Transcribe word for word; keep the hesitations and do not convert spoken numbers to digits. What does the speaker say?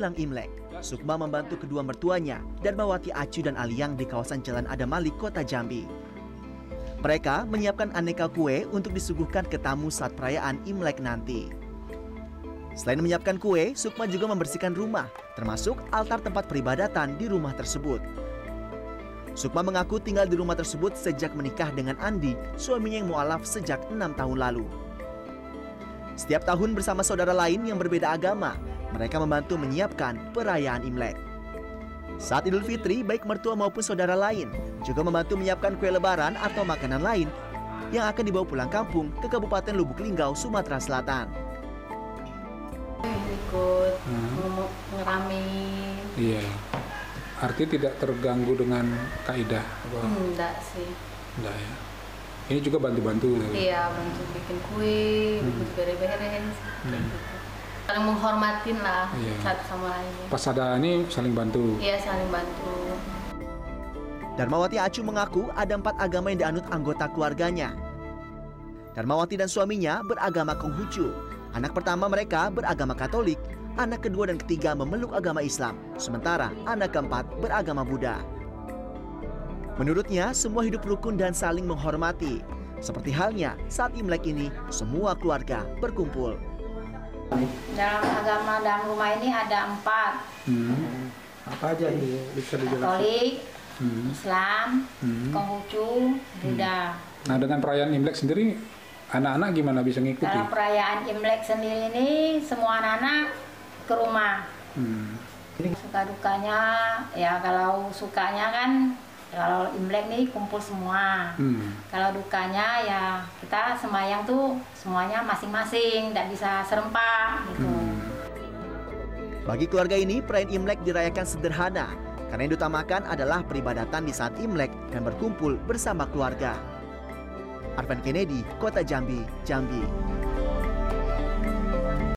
menjelang Imlek, Sukma membantu kedua mertuanya, Darmawati Acu dan Aliang di kawasan Jalan Adamali, Kota Jambi. Mereka menyiapkan aneka kue untuk disuguhkan ke tamu saat perayaan Imlek nanti. Selain menyiapkan kue, Sukma juga membersihkan rumah, termasuk altar tempat peribadatan di rumah tersebut. Sukma mengaku tinggal di rumah tersebut sejak menikah dengan Andi, suaminya yang mualaf sejak enam tahun lalu. Setiap tahun bersama saudara lain yang berbeda agama, mereka membantu menyiapkan perayaan Imlek. Saat Idul Fitri, baik mertua maupun saudara lain juga membantu menyiapkan kue lebaran atau makanan lain yang akan dibawa pulang kampung ke Kabupaten Lubuk Linggau, Sumatera Selatan. Ikut hmm. ngeramein. Iya. Artinya tidak terganggu dengan kaidah? Hmm, enggak sih. Enggak ya. Ini juga bantu-bantu. Iya, bantu bikin kue, hmm. bikin beres-beres. Hmm. Gitu. Saling menghormatin lah iya. Satu sama lain. Pas ada ini saling bantu? Iya, saling bantu. Darmawati Acu mengaku ada empat agama yang dianut anggota keluarganya. Darmawati dan suaminya beragama Konghucu. Anak pertama mereka beragama Katolik, anak kedua dan ketiga memeluk agama Islam, sementara anak keempat beragama Buddha. Menurutnya, semua hidup rukun dan saling menghormati. Seperti halnya saat Imlek ini, semua keluarga berkumpul. Dalam agama dalam rumah ini ada empat. Hmm. Apa aja ini? Bisa dijelaskan? Katolik, hmm. Islam, hmm. Konghucu, Buddha. Hmm. Nah, dengan perayaan Imlek sendiri, anak-anak gimana bisa ngikuti? Dalam perayaan Imlek sendiri ini, semua anak-anak ke rumah. Hmm. Suka dukanya, ya kalau sukanya kan, kalau Imlek nih kumpul semua. Hmm. Kalau dukanya ya kita semayang tuh semuanya masing-masing, tidak bisa serempak gitu. Hmm. Bagi keluarga ini, perayaan Imlek dirayakan sederhana, karena yang diutamakan adalah peribadatan di saat Imlek dan berkumpul bersama keluarga. Arvan Kennedy, Kota Jambi, Jambi.